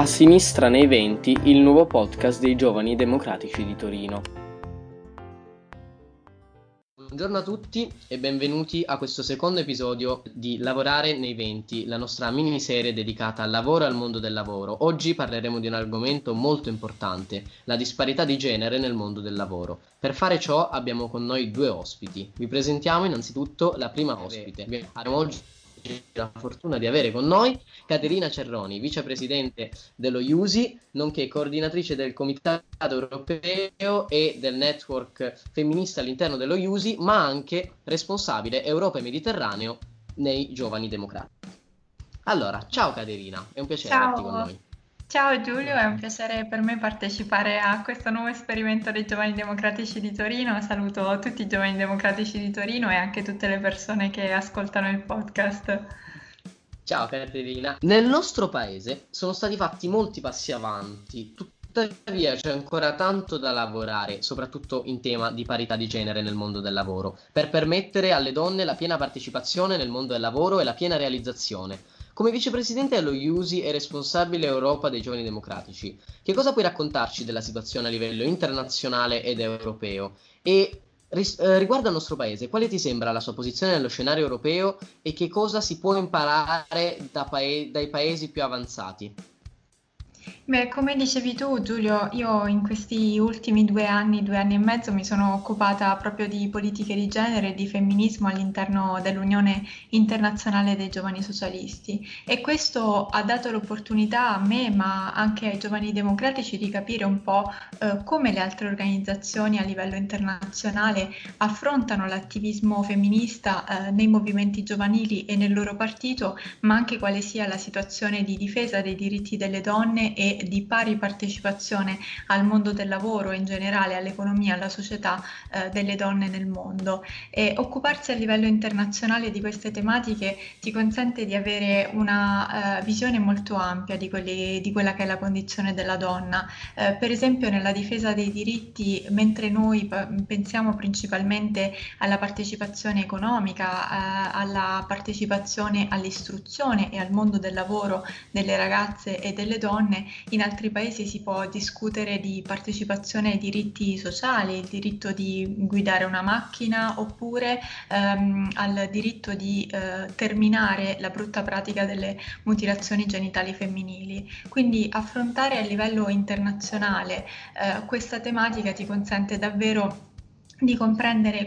A Sinistra nei Venti, il nuovo podcast dei Giovani Democratici di Torino. Buongiorno a tutti e benvenuti a questo secondo episodio di Lavorare nei Venti, la nostra miniserie dedicata al lavoro e al mondo del lavoro. Oggi parleremo di un argomento molto importante, la disparità di genere nel mondo del lavoro. Per fare ciò abbiamo con noi due ospiti. Vi presentiamo innanzitutto la prima ospite. Abbiamo oggi la fortuna di avere con noi Caterina Cerroni, vicepresidente dello IUSI, nonché coordinatrice del Comitato Europeo e del network femminista all'interno dello IUSI, ma anche responsabile Europa e Mediterraneo nei Giovani Democratici. Allora, ciao Caterina, è un piacere averti con noi. Ciao Giulio, è un piacere per me partecipare a questo nuovo esperimento dei Giovani Democratici di Torino. Saluto tutti i Giovani Democratici di Torino e anche tutte le persone che ascoltano il podcast. Ciao Caterina. Nel nostro paese sono stati fatti molti passi avanti, tuttavia c'è ancora tanto da lavorare, soprattutto in tema di parità di genere nel mondo del lavoro, per permettere alle donne la piena partecipazione nel mondo del lavoro e la piena realizzazione. Come vicepresidente dello IUSI e responsabile Europa dei Giovani Democratici, che cosa puoi raccontarci della situazione a livello internazionale ed europeo? E riguardo al nostro paese, quale ti sembra la sua posizione nello scenario europeo e che cosa si può imparare dai paesi più avanzati? Beh, come dicevi tu, Giulio, io in questi ultimi 2 anni, 2 anni e mezzo, mi sono occupata proprio di politiche di genere e di femminismo all'interno dell'Unione Internazionale dei Giovani Socialisti e questo ha dato l'opportunità a me, ma anche ai giovani democratici, di capire un po' come le altre organizzazioni a livello internazionale affrontano l'attivismo femminista nei movimenti giovanili e nel loro partito, ma anche quale sia la situazione di difesa dei diritti delle donne e di pari partecipazione al mondo del lavoro e in generale all'economia, alla società delle donne nel mondo. E occuparsi a livello internazionale di queste tematiche ti consente di avere una visione molto ampia di quella che è la condizione della donna. Per esempio nella difesa dei diritti, mentre noi pensiamo principalmente alla partecipazione economica, alla partecipazione all'istruzione e al mondo del lavoro delle ragazze e delle donne, in altri paesi si può discutere di partecipazione ai diritti sociali, il diritto di guidare una macchina oppure al diritto di terminare la brutta pratica delle mutilazioni genitali femminili. Quindi affrontare a livello internazionale questa tematica ti consente davvero di comprendere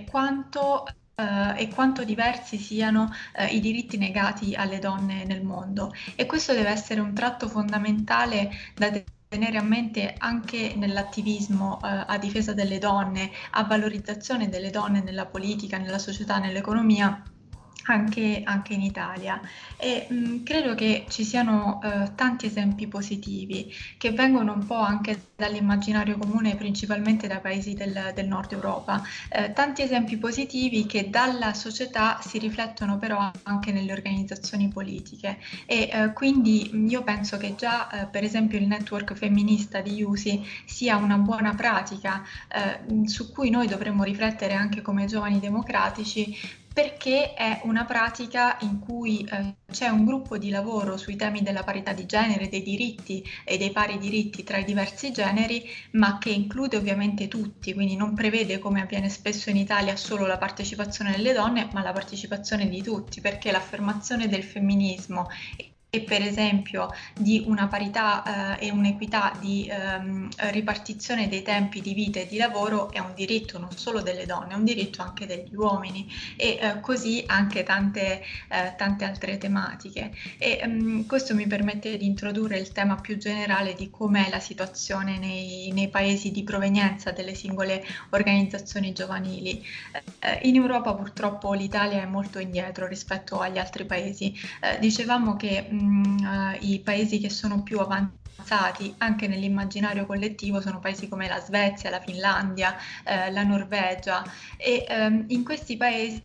e quanto diversi siano i diritti negati alle donne nel mondo, e questo deve essere un tratto fondamentale da tenere a mente anche nell'attivismo a difesa delle donne, a valorizzazione delle donne nella politica, nella società, nell'economia. Anche in Italia, e credo che ci siano tanti esempi positivi che vengono un po' anche dall'immaginario comune, principalmente dai paesi del nord Europa, tanti esempi positivi che dalla società si riflettono però anche nelle organizzazioni politiche, e quindi io penso che già per esempio il network femminista di IUSI sia una buona pratica su cui noi dovremmo riflettere anche come giovani democratici, perché è una pratica in cui c'è un gruppo di lavoro sui temi della parità di genere, dei diritti e dei pari diritti tra i diversi generi, ma che include ovviamente tutti, quindi non prevede, come avviene spesso in Italia, solo la partecipazione delle donne, ma la partecipazione di tutti, perché l'affermazione del femminismo e per esempio di una parità e un'equità di ripartizione dei tempi di vita e di lavoro è un diritto non solo delle donne, è un diritto anche degli uomini, e così anche tante altre tematiche. E questo mi permette di introdurre il tema più generale di com'è la situazione nei paesi di provenienza delle singole organizzazioni giovanili. In Europa purtroppo l'Italia è molto indietro rispetto agli altri paesi. Dicevamo che i paesi che sono più avanzati anche nell'immaginario collettivo sono paesi come la Svezia, la Finlandia, la Norvegia, e in questi paesi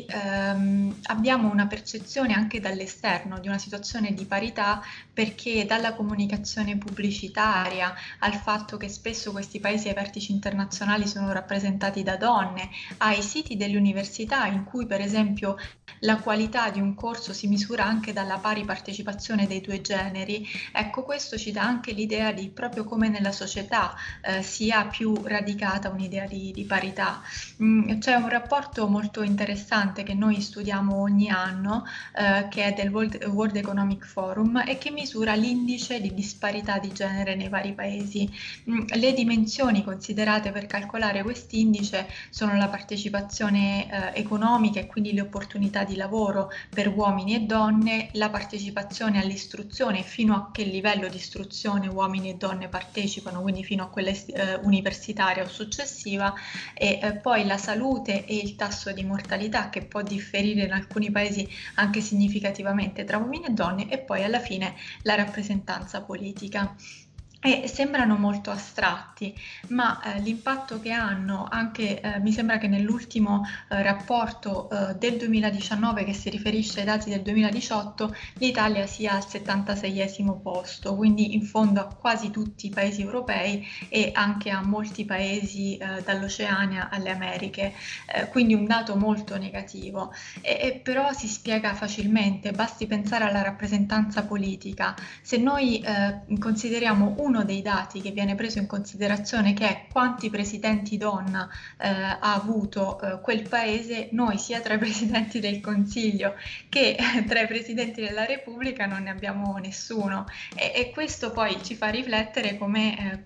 abbiamo una percezione anche dall'esterno di una situazione di parità, perché dalla comunicazione pubblicitaria al fatto che spesso questi paesi ai vertici internazionali sono rappresentati da donne, ai siti delle università in cui per esempio la qualità di un corso si misura anche dalla pari partecipazione dei due generi. Ecco, questo ci dà anche l'idea di proprio come nella società sia più radicata un'idea di parità. C'è un rapporto molto interessante che noi studiamo ogni anno, che è del World Economic Forum e che misura l'indice di disparità di genere nei vari paesi. Le dimensioni considerate per calcolare quest'indice sono la partecipazione economica e quindi le opportunità di lavoro per uomini e donne, la partecipazione all'istruzione, fino a che livello di istruzione uomini e donne partecipano, quindi fino a quella universitaria o successiva, e poi la salute e il tasso di mortalità, che può differire in alcuni paesi anche significativamente tra uomini e donne, e poi alla fine la rappresentanza politica. E sembrano molto astratti, ma l'impatto che hanno anche, mi sembra che nell'ultimo rapporto del 2019, che si riferisce ai dati del 2018, l'Italia sia al 76esimo posto, quindi in fondo a quasi tutti i paesi europei e anche a molti paesi dall'Oceania alle Americhe, quindi un dato molto negativo. Però si spiega facilmente, basti pensare alla rappresentanza politica. Se noi consideriamo uno dei dati che viene preso in considerazione, che è quanti presidenti donna ha avuto quel paese, noi sia tra i presidenti del Consiglio che tra i presidenti della Repubblica non ne abbiamo nessuno, e questo poi ci fa riflettere come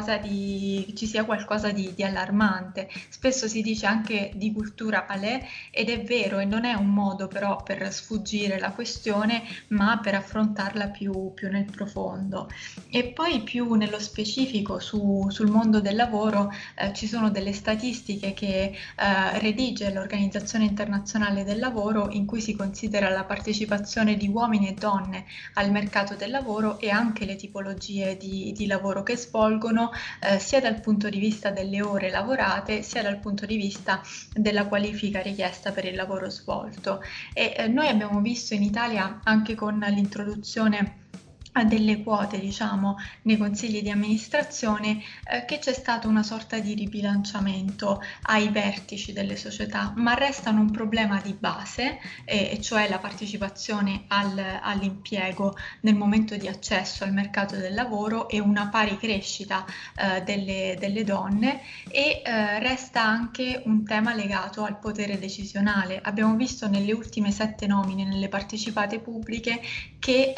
ci sia qualcosa di allarmante. Spesso si dice anche di culturale, ed è vero, e non è un modo però per sfuggire la questione, ma per affrontarla più nel profondo. E poi più nello specifico sul mondo del lavoro, ci sono delle statistiche che redige l'Organizzazione Internazionale del Lavoro, in cui si considera la partecipazione di uomini e donne al mercato del lavoro e anche le tipologie di lavoro che svolgono, sia dal punto di vista delle ore lavorate, sia dal punto di vista della qualifica richiesta per il lavoro svolto. E noi abbiamo visto in Italia, anche con l'introduzione a delle quote, diciamo, nei consigli di amministrazione, che c'è stato una sorta di ribilanciamento ai vertici delle società, ma restano un problema di base, e cioè la partecipazione all'impiego nel momento di accesso al mercato del lavoro e una pari crescita delle donne, e resta anche un tema legato al potere decisionale. Abbiamo visto nelle ultime 7 nomine nelle partecipate pubbliche che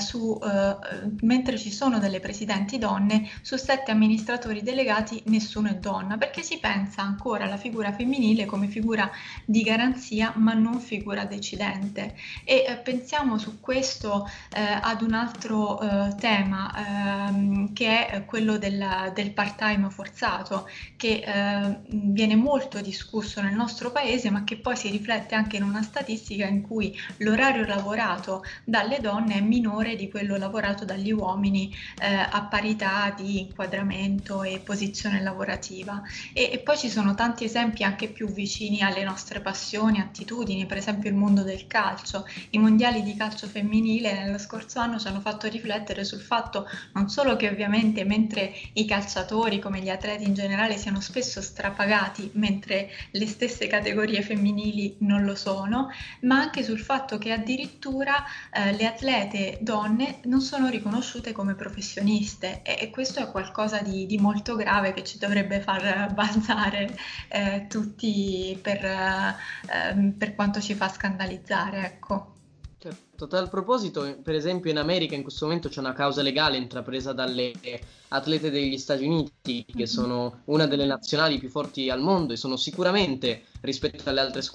mentre ci sono delle presidenti donne, su 7 amministratori delegati nessuno è donna, perché si pensa ancora alla figura femminile come figura di garanzia, ma non figura decidente. E pensiamo su questo ad un altro tema, che è quello del part-time forzato, che viene molto discusso nel nostro paese, ma che poi si riflette anche in una statistica in cui l'orario lavorato dalle donne è minore di quello lavorato dagli uomini a parità di inquadramento e posizione lavorativa. E poi ci sono tanti esempi anche più vicini alle nostre passioni, attitudini, per esempio il mondo del calcio. I mondiali di calcio femminile nello scorso anno ci hanno fatto riflettere sul fatto non solo che ovviamente mentre i calciatori, come gli atleti in generale, siano spesso strapagati, mentre le stesse categorie femminili non lo sono, ma anche sul fatto che addirittura le atlete donne non sono riconosciute come professioniste, e questo è qualcosa di molto grave che ci dovrebbe far balzare tutti per quanto ci fa scandalizzare, ecco. Certo, a tal proposito, per esempio in America in questo momento c'è una causa legale intrapresa dalle atlete degli Stati Uniti, che sono una delle nazionali più forti al mondo e sono sicuramente rispetto alle altre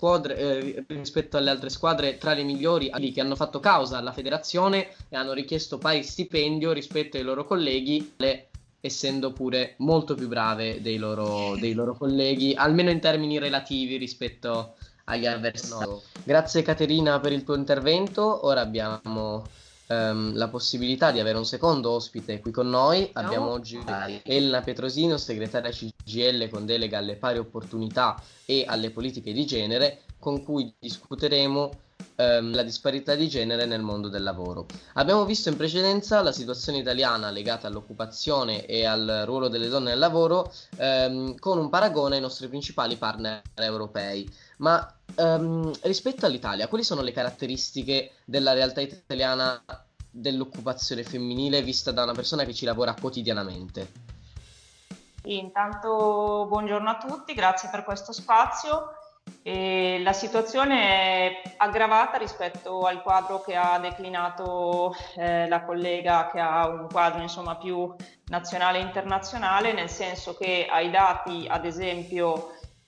squadre tra le migliori, che hanno fatto causa alla federazione e hanno richiesto pari stipendio rispetto ai loro colleghi, essendo pure molto più brave dei loro colleghi, almeno in termini relativi rispetto agli avversari. Grazie Caterina per il tuo intervento. Ora abbiamo la possibilità di avere un secondo ospite qui con noi. Abbiamo oggi Elena Petrosino, segretaria CGIL con delega alle pari opportunità e alle politiche di genere, con cui discuteremo la disparità di genere nel mondo del lavoro. Abbiamo visto in precedenza la situazione italiana legata all'occupazione e al ruolo delle donne nel lavoro con un paragone ai nostri principali partner europei. Ma rispetto all'Italia, quali sono le caratteristiche della realtà italiana dell'occupazione femminile vista da una persona che ci lavora quotidianamente? Intanto buongiorno a tutti, grazie per questo spazio. La situazione è aggravata rispetto al quadro che ha declinato la collega, che ha un quadro insomma più nazionale e internazionale, nel senso che ai dati, ad esempio,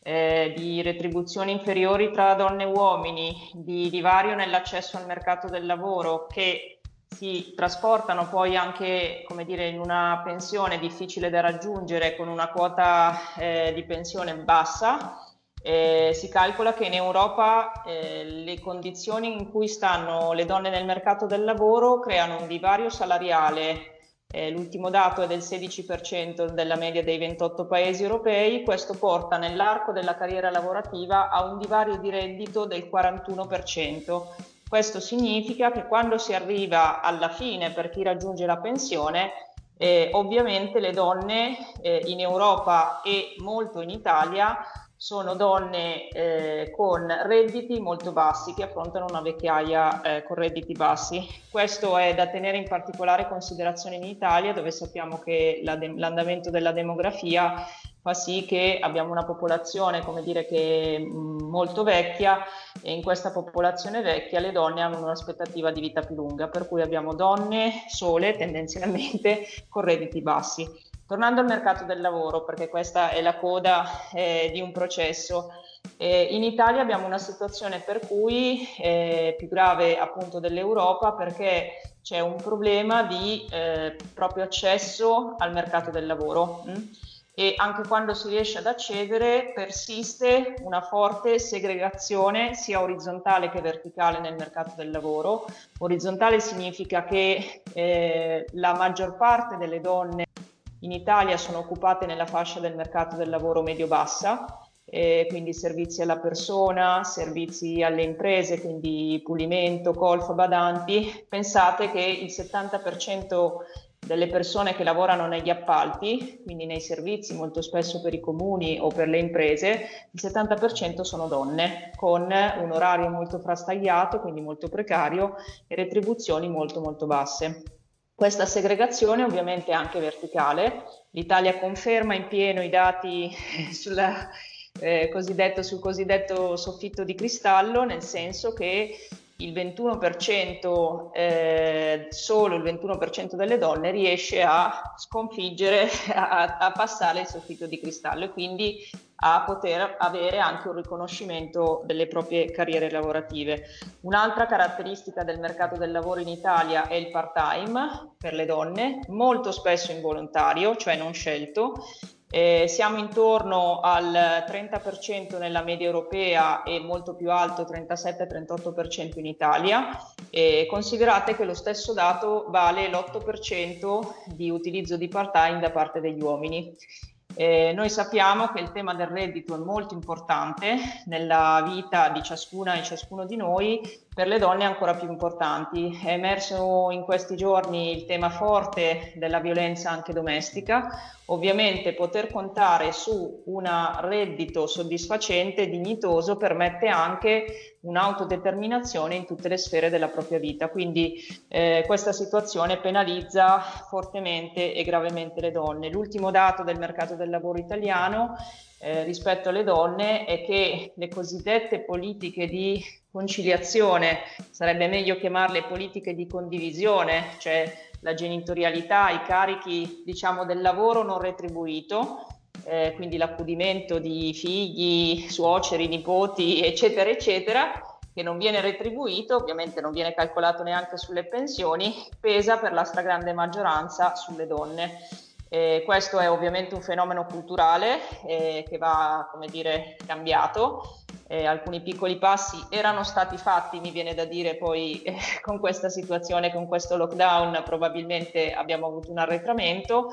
di retribuzioni inferiori tra donne e uomini, di divario nell'accesso al mercato del lavoro, che si trasportano poi anche, come dire, in una pensione difficile da raggiungere con una quota di pensione bassa. Si calcola che in Europa le condizioni in cui stanno le donne nel mercato del lavoro creano un divario salariale. L'ultimo dato è del 16% della media dei 28 paesi europei. Questo porta nell'arco della carriera lavorativa a un divario di reddito del 41%. Questo significa che quando si arriva alla fine, per chi raggiunge la pensione, ovviamente le donne in Europa e molto in Italia sono donne con redditi molto bassi, che affrontano una vecchiaia con redditi bassi. Questo è da tenere in particolare considerazione in Italia, dove sappiamo che l'andamento della demografia fa sì che abbiamo una popolazione, come dire, che è molto vecchia, e in questa popolazione vecchia le donne hanno un'aspettativa di vita più lunga, per cui abbiamo donne sole tendenzialmente con redditi bassi. Tornando al mercato del lavoro, perché questa è la coda di un processo, in Italia abbiamo una situazione per cui più grave appunto dell'Europa, perché c'è un problema di proprio accesso al mercato del lavoro. E anche quando si riesce ad accedere persiste una forte segregazione sia orizzontale che verticale nel mercato del lavoro. Orizzontale significa che la maggior parte delle donne in Italia sono occupate nella fascia del mercato del lavoro medio-bassa, quindi servizi alla persona, servizi alle imprese, quindi pulimento, colf, badanti. Pensate che il 70% delle persone che lavorano negli appalti, quindi nei servizi molto spesso per i comuni o per le imprese, il 70% sono donne, con un orario molto frastagliato, quindi molto precario, e retribuzioni molto molto basse. Questa segregazione ovviamente è anche verticale. L'Italia conferma in pieno i dati sul cosiddetto soffitto di cristallo, nel senso che il 21%, solo il 21% delle donne riesce a sconfiggere, a passare il soffitto di cristallo, e quindi a poter avere anche un riconoscimento delle proprie carriere lavorative. Un'altra caratteristica del mercato del lavoro in Italia è il part-time per le donne, molto spesso involontario, cioè non scelto. Siamo intorno al 30% nella media europea e molto più alto, 37-38% in Italia. Considerate che lo stesso dato vale l'8% di utilizzo di part-time da parte degli uomini. Noi sappiamo che il tema del reddito è molto importante nella vita di ciascuna e ciascuno di noi, per le donne ancora più importanti. È emerso in questi giorni il tema forte della violenza anche domestica. Ovviamente poter contare su un reddito soddisfacente e dignitoso permette anche un'autodeterminazione in tutte le sfere della propria vita, quindi questa situazione penalizza fortemente e gravemente le donne. L'ultimo dato del mercato del lavoro italiano rispetto alle donne è che le cosiddette politiche di conciliazione, sarebbe meglio chiamarle politiche di condivisione, cioè la genitorialità, i carichi, diciamo, del lavoro non retribuito, quindi l'accudimento di figli, suoceri, nipoti, eccetera, eccetera, che non viene retribuito, ovviamente non viene calcolato neanche sulle pensioni, pesa per la stragrande maggioranza sulle donne. Questo è ovviamente un fenomeno culturale che va, come dire, cambiato. Alcuni piccoli passi erano stati fatti, mi viene da dire, poi con questa situazione, con questo lockdown probabilmente abbiamo avuto un arretramento.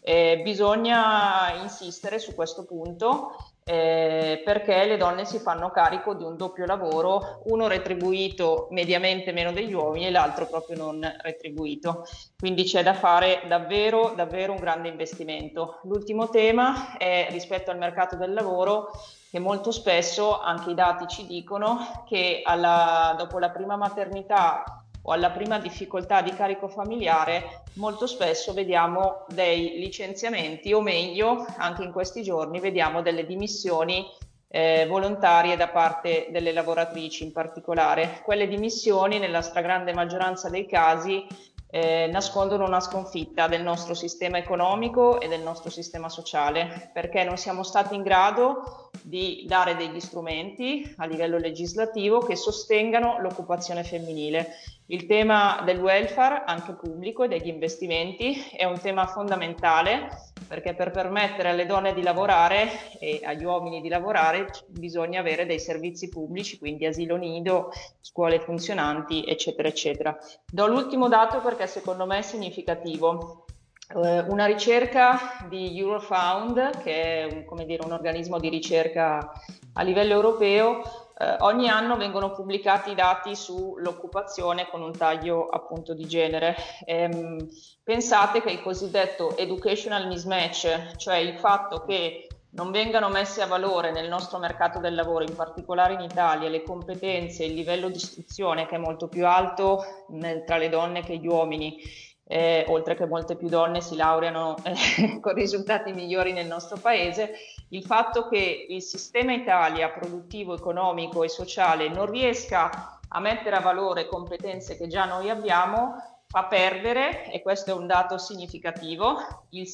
Bisogna insistere su questo punto, perché le donne si fanno carico di un doppio lavoro, uno retribuito mediamente meno degli uomini e l'altro proprio non retribuito. Quindi c'è da fare davvero un grande investimento. L'ultimo tema è rispetto al mercato del lavoro, che molto spesso anche i dati ci dicono che dopo la prima maternità o alla prima difficoltà di carico familiare, molto spesso vediamo dei licenziamenti, o meglio, anche in questi giorni vediamo delle dimissioni volontarie da parte delle lavoratrici in particolare. Quelle dimissioni, nella stragrande maggioranza dei casi, nascondono una sconfitta del nostro sistema economico e del nostro sistema sociale, perché non siamo stati in grado di dare degli strumenti a livello legislativo che sostengano l'occupazione femminile. Il tema del welfare, anche pubblico, e degli investimenti è un tema fondamentale, perché per permettere alle donne di lavorare e agli uomini di lavorare bisogna avere dei servizi pubblici, quindi asilo nido, scuole funzionanti, eccetera, eccetera. Do l'ultimo dato perché secondo me è significativo. Una ricerca di Eurofound, che è come dire, un organismo di ricerca a livello europeo, ogni anno vengono pubblicati i dati sull'occupazione con un taglio appunto di genere. Pensate che il cosiddetto educational mismatch, cioè il fatto che non vengano messe a valore nel nostro mercato del lavoro, in particolare in Italia, le competenze, il livello di istruzione che è molto più alto tra le donne che gli uomini, oltre che molte più donne si laureano con risultati migliori nel nostro paese, il fatto che il sistema Italia produttivo, economico e sociale non riesca a mettere a valore competenze che già noi abbiamo fa perdere, e questo è un dato significativo, il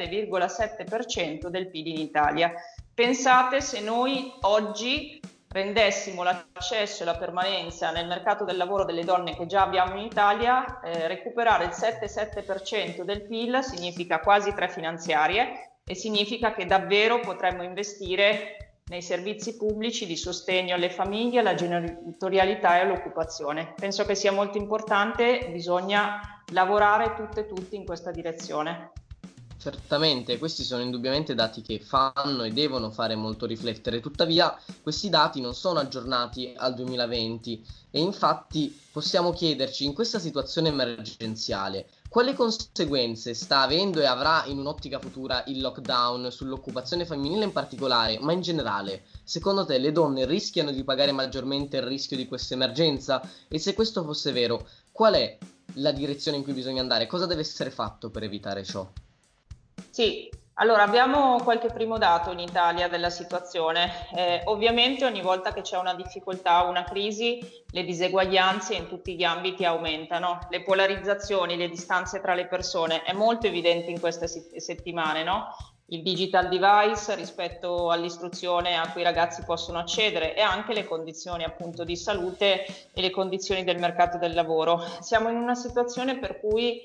7,7% del PIL in Italia. Pensate se noi oggi rendessimo l'accesso e la permanenza nel mercato del lavoro delle donne che già abbiamo in Italia, recuperare il 7,7% del PIL significa quasi 3 finanziarie e significa che davvero potremmo investire nei servizi pubblici di sostegno alle famiglie, alla genitorialità e all'occupazione. Penso che sia molto importante, bisogna lavorare tutte e tutti in questa direzione. Certamente, questi sono indubbiamente dati che fanno e devono fare molto riflettere, tuttavia questi dati non sono aggiornati al 2020 e infatti possiamo chiederci in questa situazione emergenziale quali conseguenze sta avendo e avrà in un'ottica futura il lockdown sull'occupazione femminile in particolare, ma in generale. Secondo te le donne rischiano di pagare maggiormente il rischio di questa emergenza? E se questo fosse vero, qual è la direzione in cui bisogna andare? Cosa deve essere fatto per evitare ciò? Sì, allora abbiamo qualche primo dato in Italia della situazione. Ovviamente ogni volta che c'è una difficoltà, una crisi, le diseguaglianze in tutti gli ambiti aumentano, le polarizzazioni, le distanze tra le persone, è molto evidente in queste settimane, no? Il digital device rispetto all'istruzione a cui i ragazzi possono accedere e anche le condizioni appunto di salute e le condizioni del mercato del lavoro. Siamo in una situazione per cui,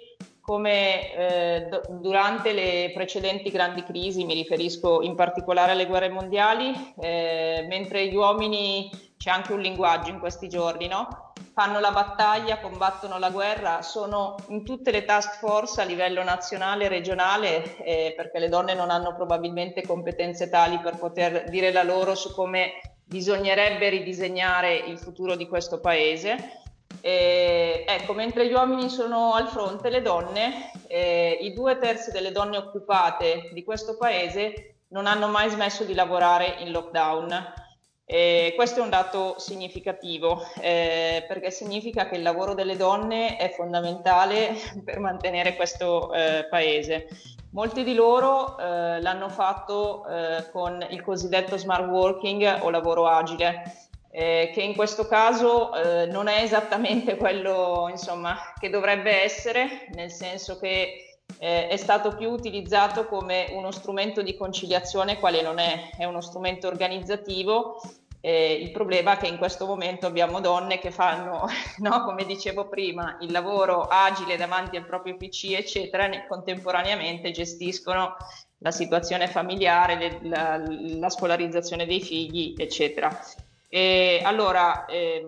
come durante le precedenti grandi crisi, mi riferisco in particolare alle guerre mondiali, mentre gli uomini, c'è anche un linguaggio in questi giorni, no? Fanno la battaglia, combattono la guerra, sono in tutte le task force a livello nazionale e regionale, perché le donne non hanno probabilmente competenze tali per poter dire la loro su come bisognerebbe ridisegnare il futuro di questo paese. Ecco, mentre gli uomini sono al fronte, le donne, i 2/3 delle donne occupate di questo paese non hanno mai smesso di lavorare in lockdown. Questo è un dato significativo, perché significa che il lavoro delle donne è fondamentale per mantenere questo paese. Molti di loro l'hanno fatto con il cosiddetto smart working o lavoro agile, che in questo caso non è esattamente quello, insomma, che dovrebbe essere, nel senso che è stato più utilizzato come uno strumento di conciliazione, quale non è uno strumento organizzativo. Il problema è che in questo momento abbiamo donne che fanno, no, come dicevo prima, il lavoro agile davanti al proprio PC, eccetera, e contemporaneamente gestiscono la situazione familiare, la scolarizzazione dei figli, eccetera. Allora,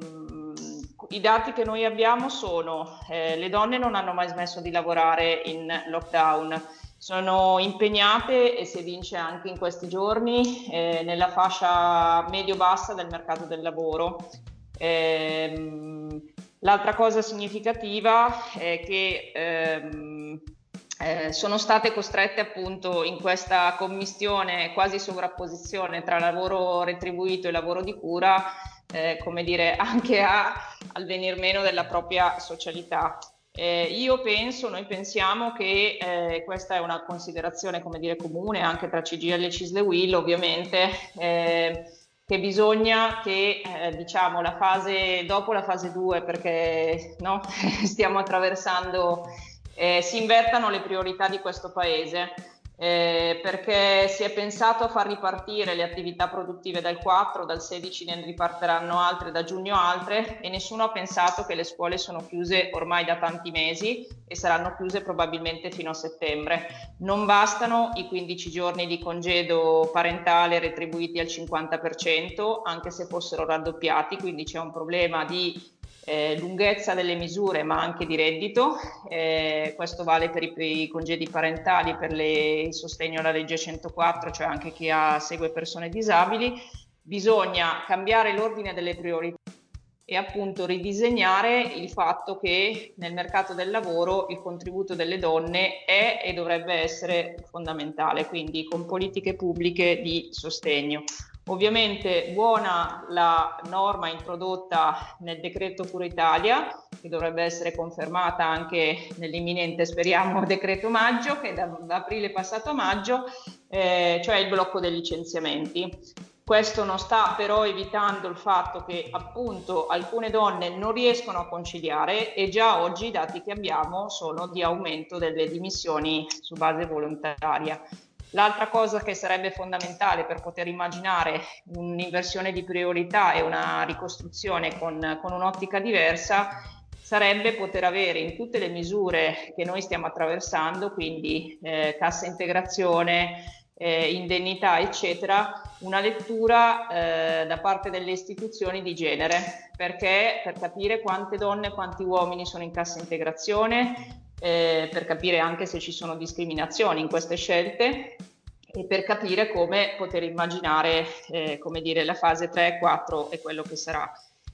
i dati che noi abbiamo sono le donne non hanno mai smesso di lavorare in lockdown, sono impegnate e si evince anche in questi giorni nella fascia medio-bassa del mercato del lavoro. L'altra cosa significativa è che sono state costrette appunto in questa commistione, quasi sovrapposizione tra lavoro retribuito e lavoro di cura, come dire, anche al venir meno della propria socialità. Noi pensiamo che questa è una considerazione, come dire, comune anche tra CGIL e CISL-UIL, ovviamente, che bisogna che diciamo dopo la fase 2, perché no, stiamo attraversando, si invertano le priorità di questo paese. Perché si è pensato a far ripartire le attività produttive dal 4, dal 16 ne riparteranno altre, da giugno altre, e nessuno ha pensato che le scuole sono chiuse ormai da tanti mesi e saranno chiuse probabilmente fino a settembre. Non bastano i 15 giorni di congedo parentale retribuiti al 50%, anche se fossero raddoppiati, quindi c'è un problema di lunghezza delle misure, ma anche di reddito. Questo vale per i congedi parentali, per il sostegno alla legge 104, cioè anche chi segue persone disabili. Bisogna cambiare l'ordine delle priorità e appunto ridisegnare il fatto che nel mercato del lavoro il contributo delle donne è e dovrebbe essere fondamentale, quindi con politiche pubbliche di sostegno. Ovviamente buona la norma introdotta nel decreto Cura Italia, che dovrebbe essere confermata anche nell'imminente, speriamo, decreto maggio, che da aprile passato a maggio, cioè il blocco dei licenziamenti. Questo non sta però evitando il fatto che appunto alcune donne non riescono a conciliare, e già oggi i dati che abbiamo sono di aumento delle dimissioni su base volontaria. L'altra cosa che sarebbe fondamentale per poter immaginare un'inversione di priorità e una ricostruzione con un'ottica diversa sarebbe poter avere in tutte le misure che noi stiamo attraversando, quindi cassa integrazione, indennità eccetera, una lettura da parte delle istituzioni di genere, perché per capire quante donne e quanti uomini sono in cassa integrazione, per capire anche se ci sono discriminazioni in queste scelte e per capire come poter immaginare come dire, la fase 3, 4 e quello che sarà.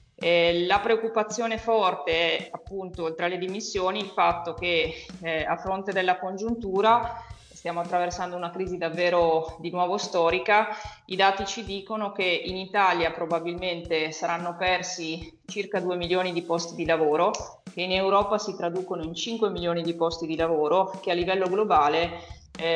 La preoccupazione forte è appunto, oltre alle dimissioni, il fatto che a fronte della congiuntura stiamo attraversando una crisi davvero di nuovo storica. I dati ci dicono che in Italia probabilmente saranno persi circa 2 milioni di posti di lavoro, che in Europa si traducono in 5 milioni di posti di lavoro, che a livello globale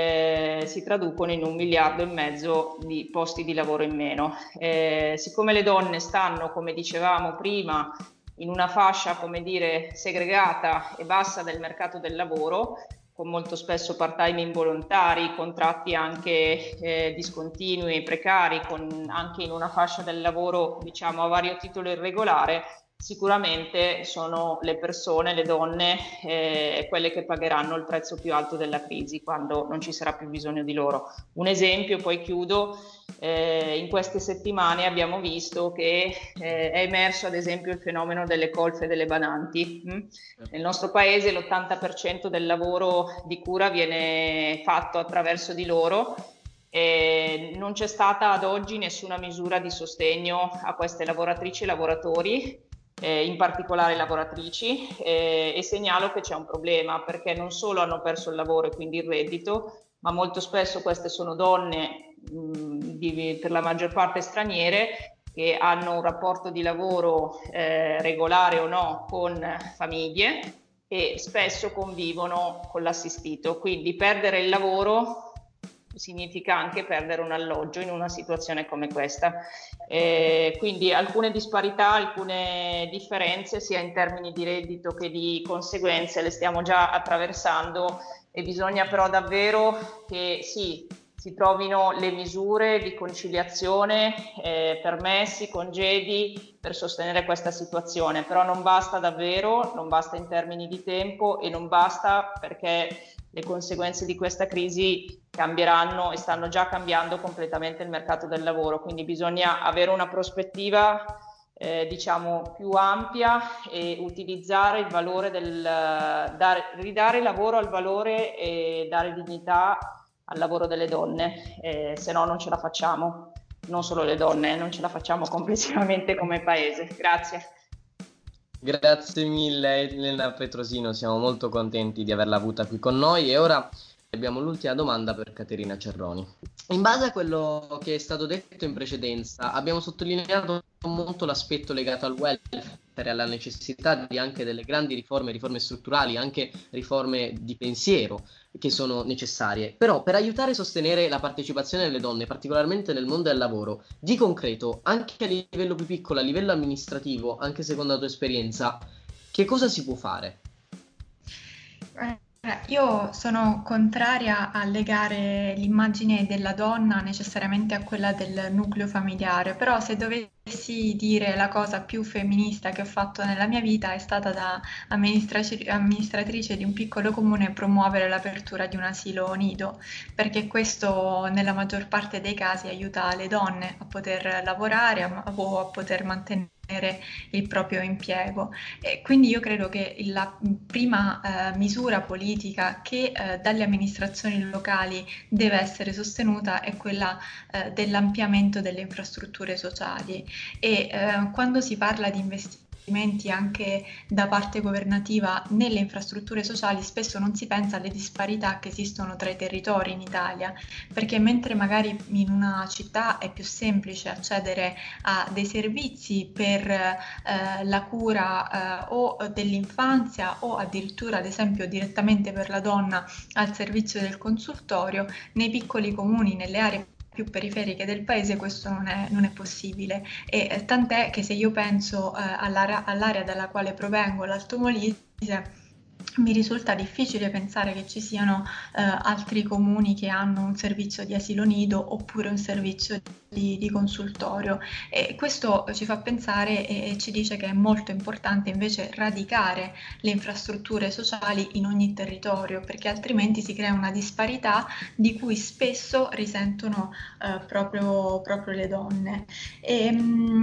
si traducono in 1,5 miliardi di posti di lavoro in meno. Siccome le donne stanno, come dicevamo prima, in una fascia, come dire, segregata e bassa del mercato del lavoro, con molto spesso part-time involontari, contratti anche discontinui e precari, anche in una fascia del lavoro, diciamo, a vario titolo irregolare, sicuramente sono le persone, le donne, quelle che pagheranno il prezzo più alto della crisi quando non ci sarà più bisogno di loro. Un esempio, poi chiudo, in queste settimane abbiamo visto che è emerso ad esempio il fenomeno delle colf e delle badanti. Nel nostro paese l'80% del lavoro di cura viene fatto attraverso di loro. Non c'è stata ad oggi nessuna misura di sostegno a queste lavoratrici e lavoratori, in particolare lavoratrici, e segnalo che c'è un problema, perché non solo hanno perso il lavoro e quindi il reddito, ma molto spesso queste sono donne per la maggior parte straniere, che hanno un rapporto di lavoro regolare o no con famiglie e spesso convivono con l'assistito, quindi perdere il lavoro significa anche perdere un alloggio in una situazione come questa. Quindi alcune disparità, alcune differenze sia in termini di reddito che di conseguenze le stiamo già attraversando, e bisogna però davvero che si trovino le misure di conciliazione, permessi, congedi per sostenere questa situazione, però non basta davvero, non basta in termini di tempo e non basta perché le conseguenze di questa crisi cambieranno e stanno già cambiando completamente il mercato del lavoro, quindi bisogna avere una prospettiva diciamo più ampia e utilizzare il valore ridare lavoro al valore e dare dignità al lavoro delle donne, se no non ce la facciamo, non solo le donne, non ce la facciamo complessivamente come paese. Grazie. Grazie mille Elena Petrosino, siamo molto contenti di averla avuta qui con noi, e ora abbiamo l'ultima domanda per Caterina Cerroni. In base a quello che è stato detto in precedenza, abbiamo sottolineato molto l'aspetto legato al welfare e alla necessità di anche delle grandi riforme strutturali, anche riforme di pensiero che sono necessarie. Però per aiutare e sostenere la partecipazione delle donne, particolarmente nel mondo del lavoro, di concreto, anche a livello più piccolo, a livello amministrativo, anche secondo la tua esperienza, che cosa si può fare? Io sono contraria a legare l'immagine della donna necessariamente a quella del nucleo familiare, però se dovessi dire la cosa più femminista che ho fatto nella mia vita è stata da amministratrice di un piccolo comune promuovere l'apertura di un asilo nido, perché questo nella maggior parte dei casi aiuta le donne a poter lavorare o a poter mantenere il proprio impiego. E quindi io credo che la prima misura politica che dalle amministrazioni locali deve essere sostenuta è quella dell'ampliamento delle infrastrutture sociali e quando si parla di investimenti anche da parte governativa nelle infrastrutture sociali spesso non si pensa alle disparità che esistono tra i territori in Italia, perché mentre magari in una città è più semplice accedere a dei servizi per la cura o dell'infanzia o addirittura ad esempio direttamente per la donna al servizio del consultorio, nei piccoli comuni, nelle aree più periferiche del paese questo non è possibile e tant'è che se io penso all'area dalla quale provengo, l'Alto Molise, mi risulta difficile pensare che ci siano altri comuni che hanno un servizio di asilo nido oppure un servizio di consultorio e questo ci fa pensare e ci dice che è molto importante invece radicare le infrastrutture sociali in ogni territorio perché altrimenti si crea una disparità di cui spesso risentono proprio le donne e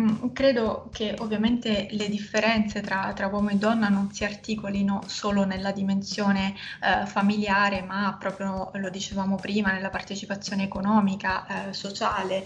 credo che ovviamente le differenze tra uomo e donna non si articolino solo nella dimensione familiare ma proprio lo dicevamo prima nella partecipazione economica, sociale,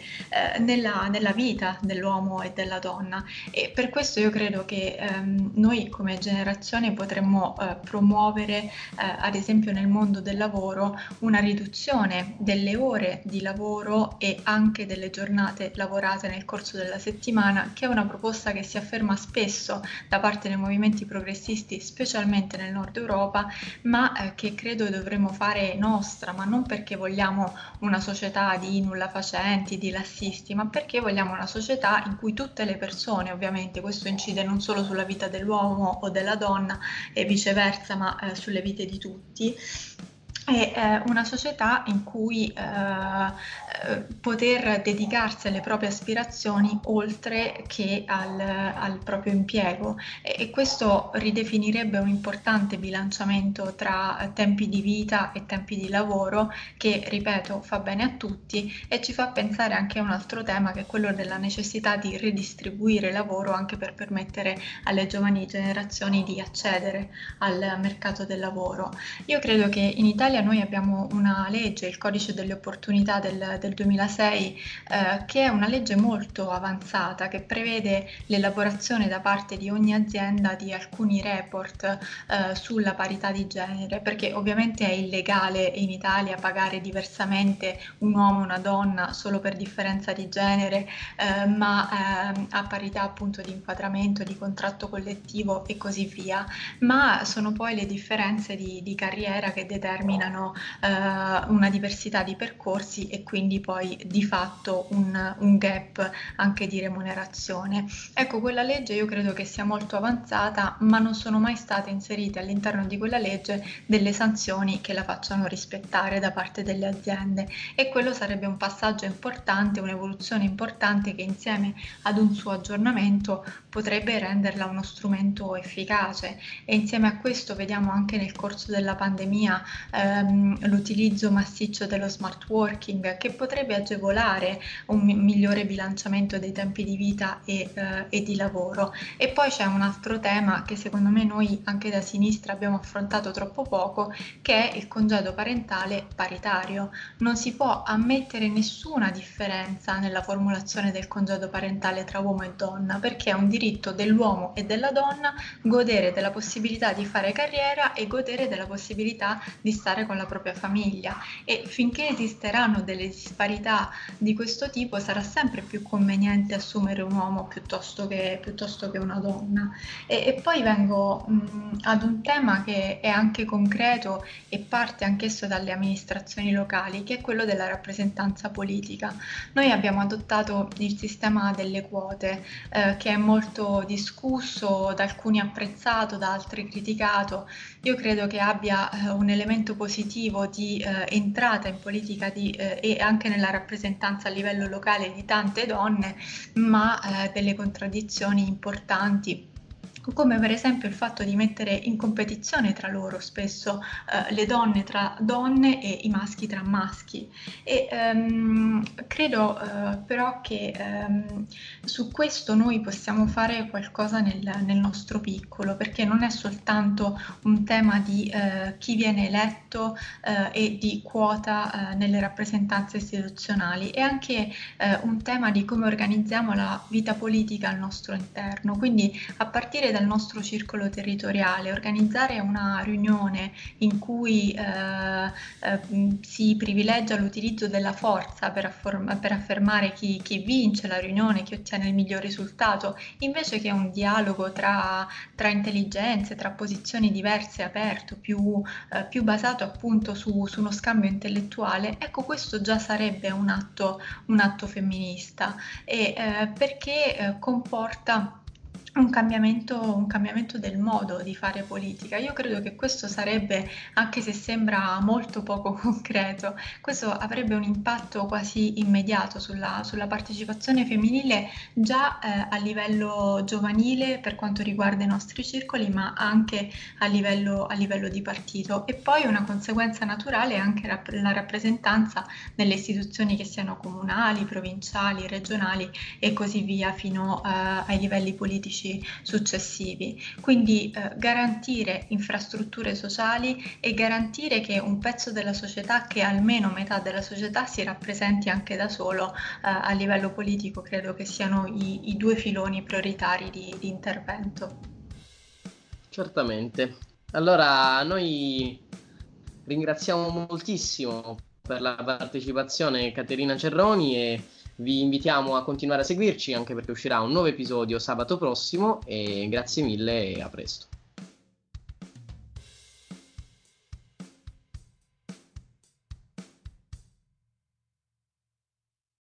nella vita dell'uomo e della donna e per questo io credo che noi come generazione potremmo promuovere ad esempio nel mondo del lavoro una riduzione delle ore di lavoro e anche delle giornate lavorate nel corso della settimana, che è una proposta che si afferma spesso da parte dei movimenti progressisti, specialmente nel nord Europa, ma che credo dovremmo fare nostra, ma non perché vogliamo una società di nullafacenti, di lassisti, ma perché vogliamo una società in cui tutte le persone, ovviamente questo incide non solo sulla vita dell'uomo o della donna e viceversa, ma sulle vite di tutti, è una società in cui poter dedicarsi alle proprie aspirazioni oltre che al proprio impiego e questo ridefinirebbe un importante bilanciamento tra tempi di vita e tempi di lavoro che, ripeto, fa bene a tutti e ci fa pensare anche a un altro tema che è quello della necessità di ridistribuire il lavoro anche per permettere alle giovani generazioni di accedere al mercato del lavoro. Io credo che in Italia noi abbiamo una legge, il Codice delle Opportunità del 2006, che è una legge molto avanzata, che prevede l'elaborazione da parte di ogni azienda di alcuni report sulla parità di genere, perché ovviamente è illegale in Italia pagare diversamente un uomo e una donna solo per differenza di genere, ma a parità appunto di inquadramento, di contratto collettivo e così via, ma sono poi le differenze di carriera che determinano una diversità di percorsi e quindi poi di fatto un gap anche di remunerazione. Ecco, quella legge io credo che sia molto avanzata, ma non sono mai state inserite all'interno di quella legge delle sanzioni che la facciano rispettare da parte delle aziende e quello sarebbe un passaggio importante, un'evoluzione importante che insieme ad un suo aggiornamento potrebbe renderla uno strumento efficace e insieme a questo vediamo anche nel corso della pandemia l'utilizzo massiccio dello smart working che potrebbe agevolare un migliore bilanciamento dei tempi di vita e di lavoro. E poi c'è un altro tema che secondo me noi anche da sinistra abbiamo affrontato troppo poco, che è il congedo parentale paritario. Non si può ammettere nessuna differenza nella formulazione del congedo parentale tra uomo e donna, perché è un diritto dell'uomo e della donna godere della possibilità di fare carriera e godere della possibilità di stare stare con la propria famiglia, e finché esisteranno delle disparità di questo tipo sarà sempre più conveniente assumere un uomo piuttosto che una donna. E poi vengo ad un tema che è anche concreto e parte anch'esso dalle amministrazioni locali, che è quello della rappresentanza politica. Noi abbiamo adottato il sistema delle quote, che è molto discusso, da alcuni apprezzato, da altri criticato. Io credo che abbia un elemento positivo di entrata in politica e anche nella rappresentanza a livello locale di tante donne, ma delle contraddizioni importanti, come per esempio il fatto di mettere in competizione tra loro spesso le donne tra donne e i maschi tra maschi. E credo però che su questo noi possiamo fare qualcosa nel nostro piccolo, perché non è soltanto un tema di chi viene eletto e di quota nelle rappresentanze istituzionali, è anche un tema di come organizziamo la vita politica al nostro interno. Quindi, a partire dal nostro circolo territoriale, organizzare una riunione in cui si privilegia l'utilizzo della forza per affermare chi vince la riunione, chi ottiene il miglior risultato, invece che un dialogo tra intelligenze, tra posizioni diverse, aperto, più basato appunto su uno scambio intellettuale, ecco, questo già sarebbe un atto femminista, perché comporta un cambiamento del modo di fare politica. Io credo che questo sarebbe, anche se sembra molto poco concreto, questo avrebbe un impatto quasi immediato sulla partecipazione femminile già a livello giovanile per quanto riguarda i nostri circoli, ma anche a livello di partito. E poi una conseguenza naturale è anche la rappresentanza nelle istituzioni, che siano comunali, provinciali, regionali e così via, fino ai livelli politici successivi. Quindi garantire infrastrutture sociali e garantire che un pezzo della società, che almeno metà della società, si rappresenti anche da solo a livello politico, credo che siano i due filoni prioritari di intervento. Certamente. Allora, noi ringraziamo moltissimo per la partecipazione Caterina Cerroni e vi invitiamo a continuare a seguirci, anche perché uscirà un nuovo episodio sabato prossimo, e grazie mille e a presto.